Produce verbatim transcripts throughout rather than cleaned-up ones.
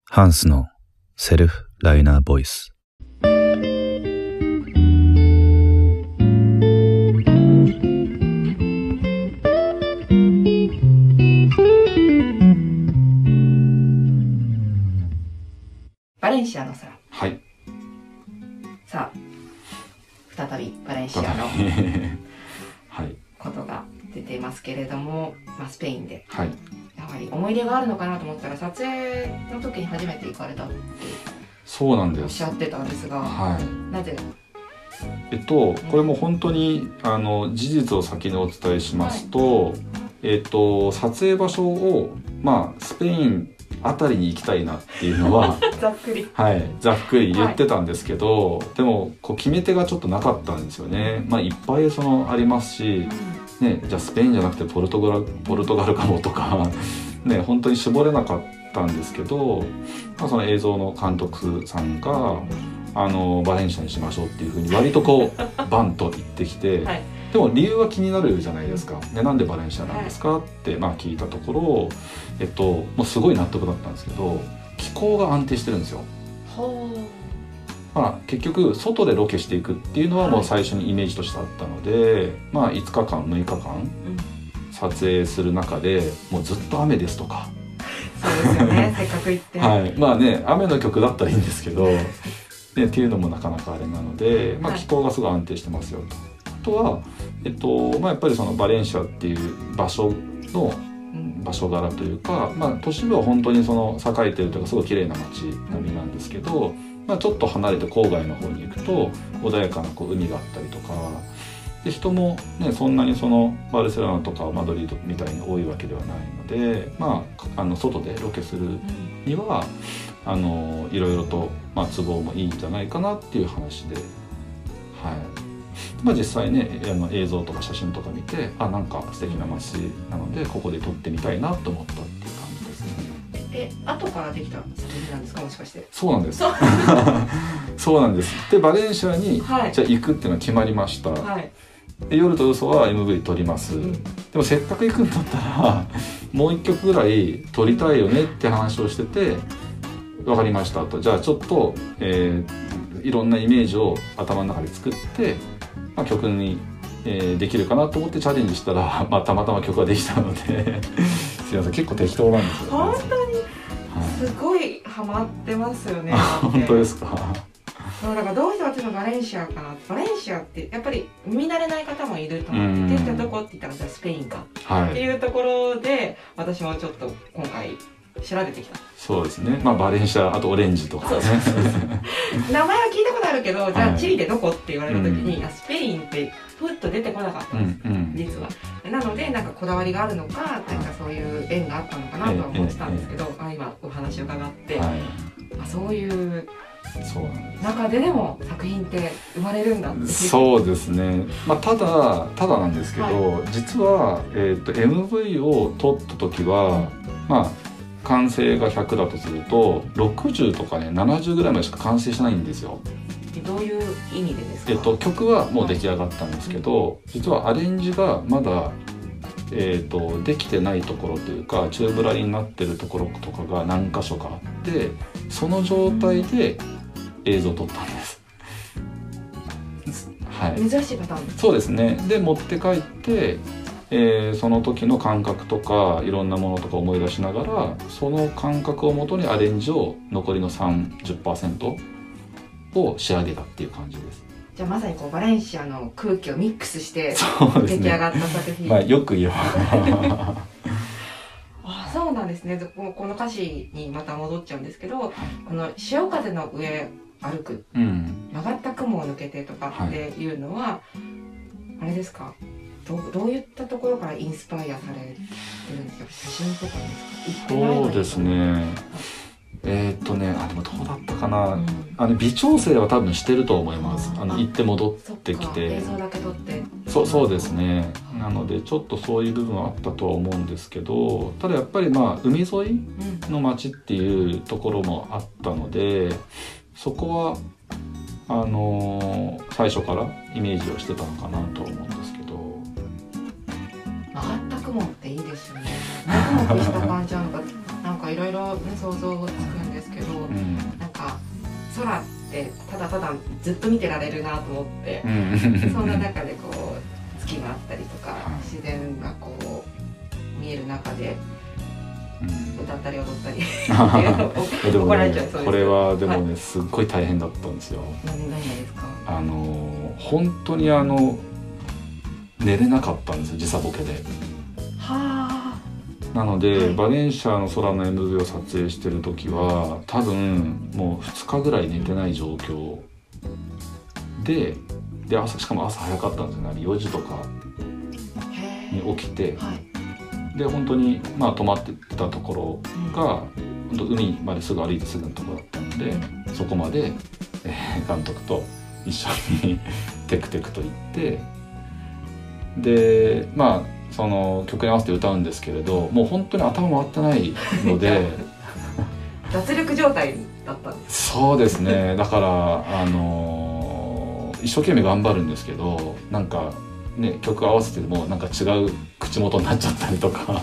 ハンスのセルフライナーボイス。 バレンシアの空。 はい。 さあ再びバレンシアのはいことが出ていますけれども、まあ、スペインで、 はい、 やはり思い出があるのかなと思ったら、撮影の時に初めて行かれたってそうなんですおっしゃってたんですが、 はい、 なぜ？ えっとこれも本当にあの事実を先にお伝えしますと、はい、えっと撮影場所をまあスペインあたりに行きたいなっていうのはざっくりはいざっくり言ってたんですけど、はい、でもこう決め手がちょっとなかったんですよね。まあいっぱいそのありますし、うん、ね、じゃあスペインじゃなくてポルトガルポルトガルかもとかね、本当に絞れなかったんですけど、まあ、その映像の監督さんがあのバレンシアにしましょうっていうふうに割とこうバンと言ってきて、はい、でも理由は気になるじゃないですか、ね、なんでバレンシアなんですかってまあ聞いたところ、えっと、もうすごい納得だったんですけど、気候が安定してるんですよ。まあ、結局外でロケしていくっていうのはもう最初にイメージとしてあったので、まあ、いつかかんむいかかん撮影する中でもうずっと雨ですとかそうですよねせっかく行って、 はい、まあね雨の曲だったらいいんですけど、ね、っていうのもなかなかあれなので、まあ、気候がすごい安定してますよと。あとは、えっとまあ、やっぱりそのバレンシアっていう場所の場所柄というか、まあ、都市部は本当にその栄えてるというかすごい綺麗な街並みなんですけど、まあ、ちょっと離れて郊外の方に行くと穏やかなこう海があったりとかで、人も、ね、そんなにそのバルセロナとかマドリードみたいに多いわけではないので、まあ、あの外でロケするにはあのいろいろと、まあ、都合もいいんじゃないかなっていう話で、はい、まあ、実際ねあの映像とか写真とか見て、あ、なんか素敵な街なのでここで撮ってみたいなと思ったっていう感じですね。 え、後からできた作品なんですか、もしかして？ そうなんですそうなんです。でバレンシアに、はい、じゃあ行くっていうのは決まりました、はい、で夜と嘘は エムブイ 撮ります、うん、でもせっかく行くんだったらもう一曲ぐらい撮りたいよねって話をしてて、分かりましたと、じゃあちょっと、えー、いろんなイメージを頭の中で作って、まあ、曲に、えー、できるかなと思ってチャレンジしたら、まあ、たまたま曲ができたのですいません、結構適当なんですよ、ね、 本当に、はい、すごいハマってますよね本当ですか？ そうだからどうして私のバレンシアかな、バレンシアってやっぱり見慣れない方もいると思って、じゃあどこって言ったらじゃあスペインか、はい、っていうところで私もちょっと今回調べてきた。 そうですね、まあバレンシア、あとオレンジとかね名前は聞いたことあるけど、じゃあチリでどこって言われた時に、はい、スペインってふっと出てこなかったんです、うんうん、実は。なのでなんかこだわりがあるのか、なんかそういう縁があったのかなとは思ってたんですけど、あ今お話を伺って、はい、あそういうそうなんです中ででも作品って生まれるんだって。 そうですね、まあ、ただただなんですけど、はい、実は、えー、と エムブイ を撮った時は、うん、まあ完成がひゃくだとするとろくじゅうとかねななじゅうぐらいまでしか完成しないんですよ。 どういう意味でですか？ えっと、曲はもう出来上がったんですけど、はい、実はアレンジがまだ、えー、とできてないところというか宙ぶらりになってるところとかが何箇所かあって、その状態で映像を撮ったんです、 はい、珍しいパターンです。 そうですね。で持って帰って、えー、その時の感覚とかいろんなものとか思い出しながら、その感覚をもとにアレンジを残りの さんじゅっパーセント を仕上げたっていう感じです。 じゃあまさにこうバレンシアの空気をミックスして出来上がった作品、 ね、まあよく言えばあ、そうなんですね。この歌詞にまた戻っちゃうんですけど、はい、この潮風の上歩く、うん、曲がった雲を抜けてとかっていうのは、はい、あれですか、どう、どういったところからインスパイアされてるんですか？写真とかですか？ そうですね、えー、っとねあでもどうだったかな、うん、あの微調整は多分してると思います。あの行って戻ってきて映像だけ撮って、 そそうですね。なのでちょっとそういう部分はあったとは思うんですけど、ただやっぱりまあ海沿いの街っていうところもあったので、そこはあのー、最初からイメージをしてたのかなと思うんですけど。 曲がった雲っていいですよね。もくもくした感じなのか、なんかいろいろね想像つくんですけけど、うん、なんか空ってただただずっと見てられるなと思って、うん、そんな中でこう月があったりとか、はい、自然がこう見える中で歌ったり踊ったりっていうのを怒られちゃいそうです。 これはでもね、はい、すっごい大変だったんですよ。 何何ですか？ あの本当にあの寝れなかったんですよ、時差ボケで。 はあ。 なので、はい、バレンシアの空の エムブイ を撮影してる時は多分もうふつかぐらい寝てない状況で、で朝しかも朝早かったんですよね。よじとかに起きて、はい、で本当にまあ泊まってたところが、うん、本当海まですぐ歩いてすぐのところだったので、うん、そこまで、えー、監督と一緒にテクテクと行って、でまあその曲に合わせて歌うんですけれど、もう本当に頭回ってないので脱力状態だったんです。 そうですね。だからあのー、一生懸命頑張るんですけど、なんかね曲合わせてもなんか違う口元になっちゃったりとかはい、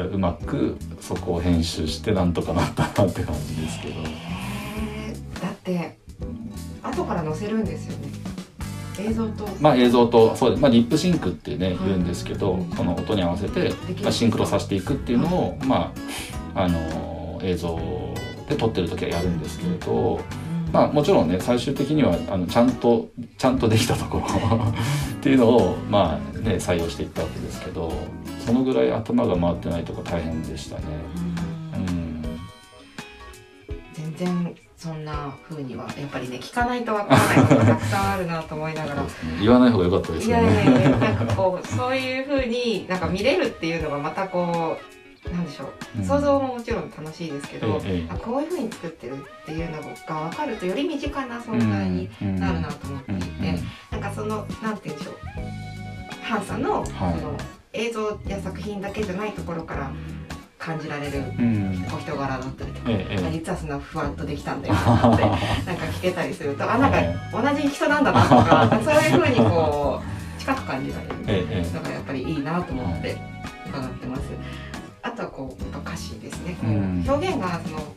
うまくそこを編集してなんとかなったなって感じですけど。 だって後から載せるんですよね、映像と。 まあ映像と、そうです、まあ、リップシンクってね、はい、言うんですけど、その音に合わせて、まあ、シンクロさせていくっていうのを、はい、まああの映像で撮ってる時はやるんですけれど、うん、まあもちろんね最終的にはあのちゃんとちゃんとできたところっていうのをまあね採用していったわけですけど、そのぐらい頭が回ってないとか大変でしたね。うん、うん、 全然そんな風にはやっぱりね聞かないとわからないことがたくさんあるなと思いながら、ね、 言わない方が良かったですよね。 いやいやいや、なんかこうそういう風になんか見れるっていうのがまたこうなんでしょう、うん、想像ももちろん楽しいですけど、ええ、あこういう風に作ってるっていうのが分かるとより身近な存在になるなと思っていて、うんうん、なんかそのなんて言うんでしょう、ハンさんの、はい、その映像や作品だけじゃないところから感じられるお人柄だったりとか、うん、実はそんなふわっとできたんだよってなんか聞けたりすると、あなんか同じ人なんだなとかそういう風にこう近く感じられるのがやっぱりいいなと思って伺ってます。あとはこうやっぱ歌詞ですね、うん、表現がその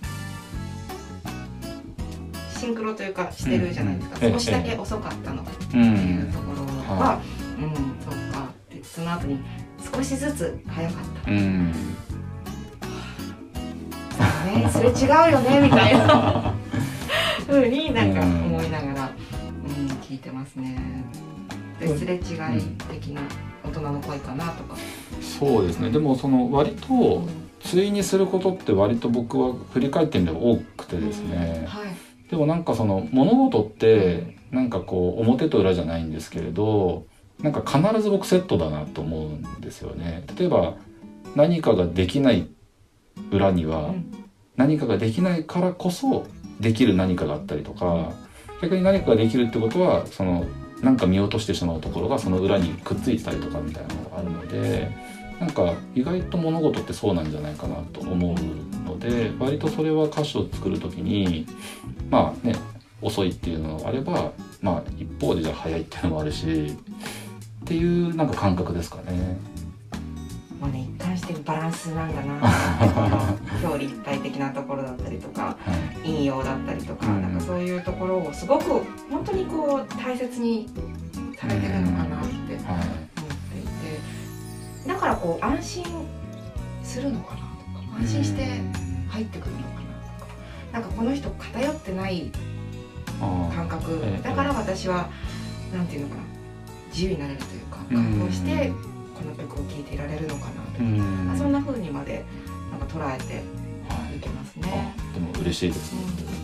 シンクロというかしてるじゃないですか、うん、少しだけ遅かったのっていうところは、うん、うん、そうかでその後に少しずつ早かった、うんね、それ違うよねみたいな風になんか思いながら、うん、聞いてますね。ですれ違い的な大人の声かなとか。 そうですね。でもその割と対にすることって割と僕は振り返ってみれば多くてですね、うん、はい、でもなんかその物事ってなんかこう表と裏じゃないんですけれど、なんか必ず僕セットだなと思うんですよね。例えば何かができない裏には、うん、何かができないからこそできる何かがあったりとか、逆に何かができるってことはそのなんか見落としてしまうところがその裏にくっついてたりとかみたいなのがあるので、なんか意外と物事ってそうなんじゃないかなと思うので、割とそれは歌詞を作る時にまあね遅いっていうのがあれば、まあ一方でじゃあ早いっていうのもあるしっていうなんか感覚ですかね。 まあね、一貫してバランスなんだな表裏一体的なところだったりとか、はい、引用だったりとか、うん、なんかそういうところをすごく本当にこう大切にされてるのかなって思っていて、うん、はい、だからこう安心するのかなとか、安心して入ってくるのかなとか、なんかこの人偏ってない感覚だから私はなんていうのかな、自由になれるというか解放してこの曲を聴いていられるのかなとか、うん、そんな風にまでなんか捉えていけますね。 はい、でも嬉しいですね。うん